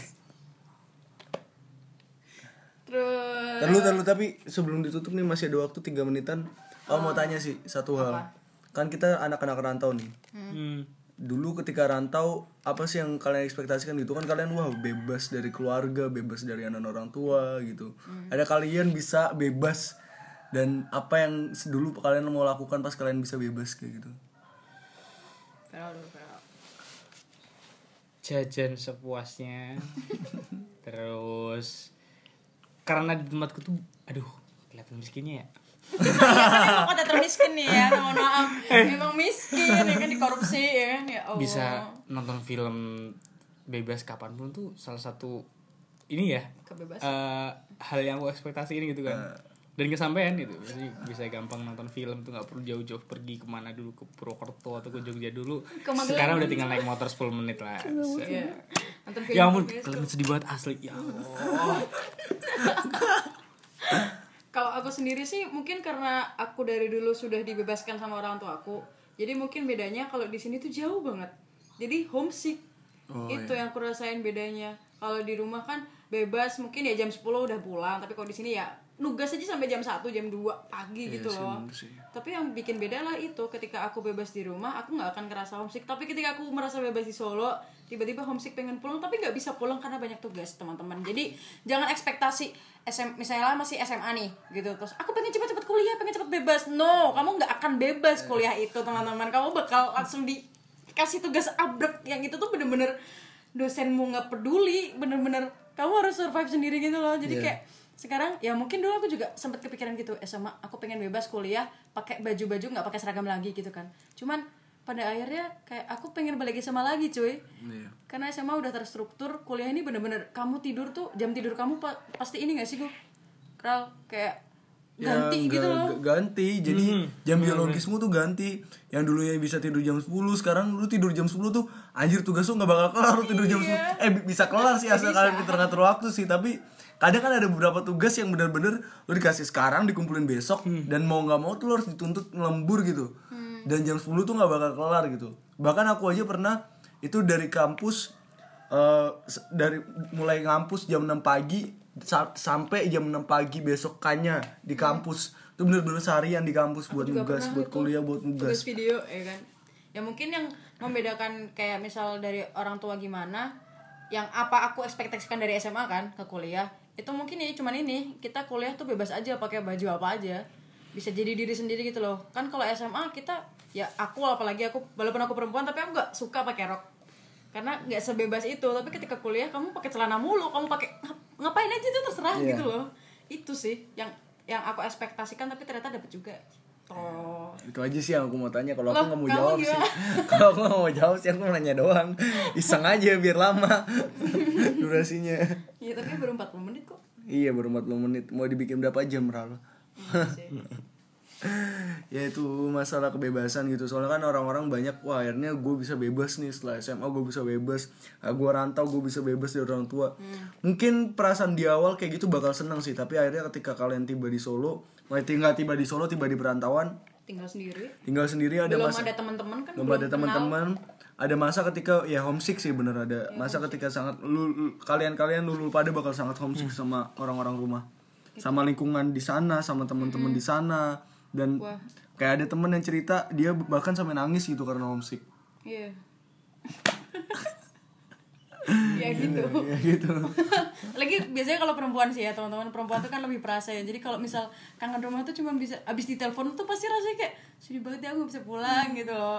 Terlalu tapi sebelum ditutup nih masih ada waktu 3 menitan. Mau tanya sih satu hal. Kan kita anak-anak rantau nih. Dulu ketika rantau, apa sih yang kalian ekspektasikan gitu? Kan kalian wah bebas dari keluarga, bebas dari anak orang tua gitu. Ada kalian bisa bebas, dan apa yang dulu kalian mau lakukan pas kalian bisa bebas kayak gitu? Jajan sepuasnya. Terus karena di tempatku tuh aduh kelihatan miskinnya ya. Emang kota termiskin nih ya, mohon maaf. Memang miskin ya kan, dikorupsi ya kan ya Allah. Bisa nonton film bebas kapanpun tuh salah satu ini ya kebebasan. Hal yang aku ekspektasiin gitu kan. Dan kesampaian gitu. Jadi bisa gampang nonton film tuh, nggak perlu jauh-jauh pergi kemana dulu, ke Purwokerto atau ke Jogja dulu. Sekarang udah tinggal naik motor 10 menit lah. Iya. Nonton film Ya ampun, bebas. kalian sedih banget asli. Ya Allah. Kalau aku sendiri sih mungkin karena aku dari dulu sudah dibebaskan sama orang tua aku. Jadi mungkin bedanya kalau di sini tuh jauh banget. Jadi homesick. Itu yang aku rasain bedanya. Kalau di rumah kan bebas, mungkin ya jam 10 udah pulang, tapi kalau di sini ya nugas aja sampai jam 1, jam 2 pagi gitu loh. Tapi yang bikin beda lah itu, ketika aku bebas di rumah, aku nggak akan ngerasa homesick. Tapi ketika aku merasa bebas di Solo, tiba-tiba homesick pengen pulang, tapi nggak bisa pulang karena banyak tugas teman-teman. Jadi jangan ekspektasi misalnya masih SMA nih gitu, terus aku pengen cepet-cepet kuliah, pengen cepet bebas. No, kamu nggak akan bebas kuliah itu teman-teman. Kamu bakal langsung dikasih tugas abrek yang itu tuh bener-bener dosenmu nggak peduli, bener-bener kamu harus survive sendiri gitu loh. Jadi kayak sekarang ya mungkin dulu aku juga sempat kepikiran gitu, SMA aku pengen bebas kuliah pakai baju-baju nggak pakai seragam lagi gitu kan. Cuman pada akhirnya kayak aku pengen balik SMA lagi cuy. Karena SMA udah terstruktur, kuliah ini bener-bener kamu tidur tuh jam tidur kamu pasti ini nggak sih gue kayak ganti gitu loh. Ganti. Jadi jam biologismu tuh ganti. Yang dulunya bisa tidur jam 10, sekarang lu tidur jam 10 tuh anjir tugas lu enggak bakal kelar lu tidur jam 10. Bisa kelar sih asal kalian pinter ngatur waktu sih, tapi kadang kan ada beberapa tugas yang benar-benar lu dikasih sekarang dikumpulin besok dan mau enggak mau tuh lu harus dituntut lembur gitu. Dan jam 10 tuh enggak bakal kelar gitu. Bahkan aku aja pernah itu dari kampus dari mulai ngampus jam 6 pagi sampai jam 6 pagi besokannya di kampus. Itu bener-bener seharian di kampus buat nugas, buat kuliah, buat nugas. Tugas video ya kan. Ya mungkin yang membedakan kayak misal dari orang tua gimana, yang apa aku ekspektasikan dari SMA kan ke kuliah, itu mungkin ini cuman ini, kita kuliah tuh bebas aja pakai baju apa aja. Bisa jadi diri sendiri gitu loh. Kan kalau SMA kita ya aku apalagi aku walaupun aku perempuan tapi aku enggak suka pakai rok. Karena nggak sebebas itu, tapi ketika kuliah kamu pakai celana mulu, kamu pakai ngapain aja tuh terserah gitu loh. Itu sih yang aku ekspektasikan tapi ternyata dapet juga. Itu aja sih yang aku mau tanya. Kalau aku nggak mau jawab sih. Kalau aku nggak mau jawab sih, aku mau nanya doang. Iseng aja biar lama durasinya. Iya tapi baru 40 menit kok. Iya baru 40 menit. Mau dibikin berapa jam Ral? Ya itu masalah kebebasan gitu. Soalnya kan orang-orang banyak, wah akhirnya gue bisa bebas nih setelah SMA, gue bisa bebas, gue rantau gue bisa bebas dari orang tua. Mungkin perasaan di awal kayak gitu bakal seneng sih, tapi akhirnya ketika kalian tiba di Solo, tiba di Solo, tiba di perantauan, tinggal sendiri ada belum masa, ada teman-teman kan, belum ada teman-teman, ada masa ketika ya homesick sih bener, ada masa ketika sangat kalian pada bakal sangat homesick sama orang-orang rumah, sama lingkungan di sana, sama teman-teman di sana. Dan kayak ada temen yang cerita dia bahkan sampai nangis gitu karena homesick. Iya. Ya gitu. Ya gitu. Lagi biasanya kalau perempuan sih ya teman-teman, perempuan tuh kan lebih perasa ya. Jadi kalau misal kangen rumah tuh cuma bisa abis ditelepon tuh pasti rasanya kayak sedih banget ya aku gak bisa pulang gitu loh.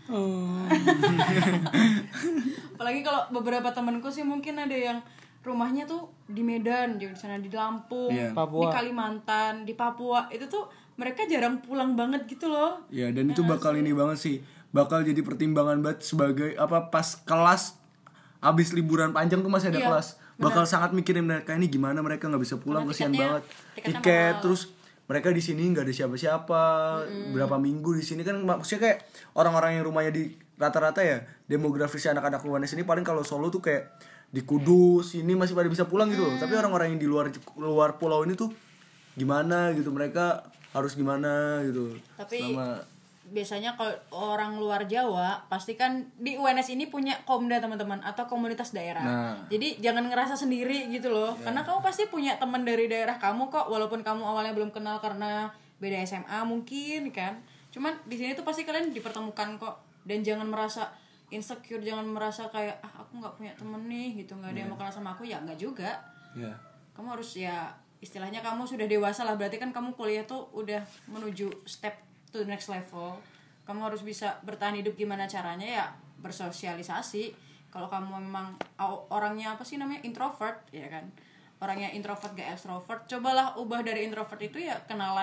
Apalagi kalau beberapa temanku sih mungkin ada yang rumahnya tuh di Medan, di sana di Lampung, di Kalimantan, di Papua. Itu tuh mereka jarang pulang banget gitu loh. Ya dan itu bakal ini banget sih, bakal jadi pertimbangan banget sebagai apa pas kelas abis liburan panjang tuh masih ada kelas, bakal sangat mikirin mereka ini gimana, mereka nggak bisa pulang, kesian banget tiket, terus mereka di sini nggak ada siapa-siapa, berapa minggu di sini kan, maksudnya kayak orang-orang yang rumahnya di rata-rata ya demografisnya anak-anak luar sini paling kalau Solo tuh kayak di Kudus ini masih pada bisa pulang gitu loh, tapi orang-orang yang di luar pulau ini tuh gimana gitu, mereka harus gimana gitu. Tapi biasanya kalau orang luar Jawa pasti kan di UNS ini punya komda teman-teman atau komunitas daerah. Jadi jangan ngerasa sendiri gitu loh. Karena kamu pasti punya teman dari daerah kamu kok, walaupun kamu awalnya belum kenal karena beda SMA mungkin kan. Cuman di sini tuh pasti kalian dipertemukan kok, dan jangan merasa insecure, jangan merasa kayak aku nggak punya temen nih gitu, nggak ada yang mau kenal sama aku. Ya nggak juga. Kamu harus ya istilahnya kamu sudah dewasa lah, berarti kan kamu kuliah tuh udah menuju step to the next level. Kamu harus bisa bertahan hidup, gimana caranya ya bersosialisasi. Kalau kamu memang orangnya apa sih namanya introvert ya kan, orangnya introvert gak extrovert, cobalah ubah dari introvert itu ya kenal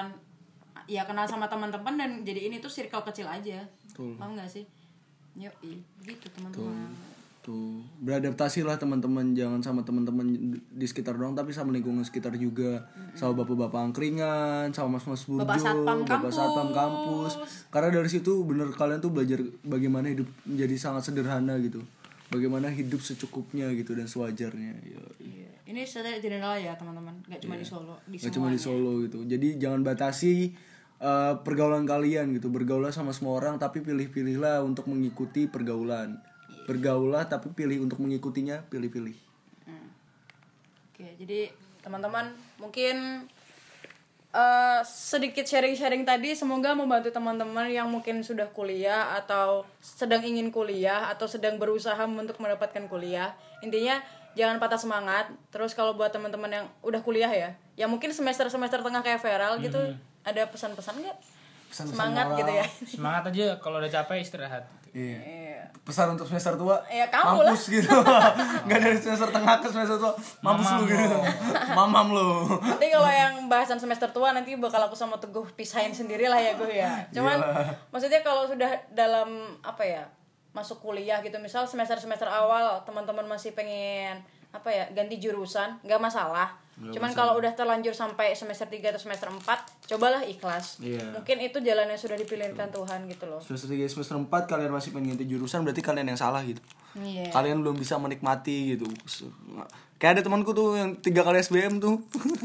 sama teman-teman dan jadi ini tuh circle kecil aja. Paham gak sih? Yoi gitu teman-teman. Tuh beradaptasi lah teman-teman, jangan sama teman-teman di sekitar doang tapi sama lingkungan sekitar juga, sama bapak-bapak angkringan, sama mas-mas burjo, bapak satpam kampus. Karena dari situ bener kalian tuh belajar bagaimana hidup menjadi sangat sederhana gitu, bagaimana hidup secukupnya gitu dan sewajarnya. Ini secara general ya teman-teman, nggak cuma di Solo, nggak cuma di Solo gitu. Jadi jangan batasi pergaulan kalian gitu, bergaulah sama semua orang tapi pilih-pilihlah untuk mengikuti pergaulan. Bergaulah tapi pilih untuk mengikutinya, pilih-pilih. Oke, jadi teman-teman mungkin sedikit sharing-sharing tadi semoga membantu teman-teman yang mungkin sudah kuliah atau sedang ingin kuliah atau sedang berusaha untuk mendapatkan kuliah. Intinya jangan patah semangat. Terus kalau buat teman-teman yang udah kuliah ya mungkin semester tengah kayak Feral gitu, ada pesan-pesan nggak Pesan-pesan semangat moral. gitu ya. Semangat aja, kalau udah capek istirahat. Iya. Iya. Pesan untuk semester tua, Ya, kamu mampus gitu. Nggak dari semester tengah ke semester tua, mampus lu gitu. Mamam lu. Nanti kalau yang bahasan semester tua nanti bakal aku sama Teguh pisahin sendiri lah ya Guh ya. Cuman maksudnya kalau sudah dalam apa ya, masuk kuliah gitu, misal semester awal teman-teman masih pengen apa ya, ganti jurusan, nggak masalah. Cuman kalau udah terlanjur sampai semester 3 atau semester 4, cobalah ikhlas. Iya. Mungkin itu jalan yang sudah dipilihkan Tuhan gitu loh. Semester 3, semester 4 kalian masih pengen ganti jurusan, berarti kalian yang salah gitu. Iya. Kalian belum bisa menikmati gitu. Kayak ada temanku tuh yang 3 kali SBM tuh.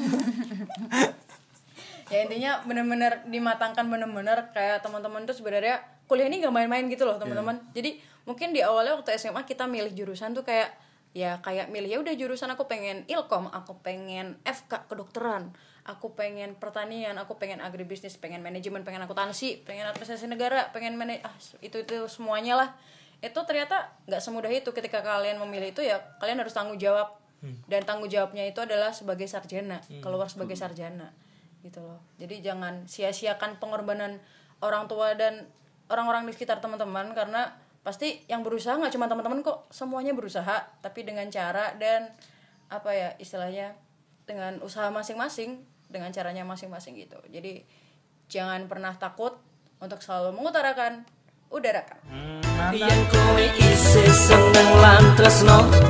Ya intinya bener-bener dimatangkan, bener-bener kayak teman-teman tuh sebenarnya kuliah ini gak main-main gitu loh teman-teman. Jadi mungkin di awalnya waktu SMA kita milih jurusan tuh kayak milih ya udah jurusan aku pengen Ilkom, aku pengen FK kedokteran, aku pengen pertanian, aku pengen agribisnis, pengen manajemen, pengen akuntansi, pengen administrasi negara, pengen itu semuanya lah. Itu ternyata nggak semudah itu. Ketika kalian memilih itu ya kalian harus tanggung jawab, dan tanggung jawabnya itu adalah sebagai sarjana, keluar sebagai sarjana gitu loh. Jadi jangan sia-siakan pengorbanan orang tua dan orang-orang di sekitar teman-teman, karena pasti yang berusaha nggak cuma teman-teman kok, semuanya berusaha tapi dengan cara dan apa ya istilahnya, dengan usaha masing-masing, dengan caranya masing-masing gitu. Jadi jangan pernah takut untuk selalu mengutarakan udarakan. Yen kowe isih seneng lan tresno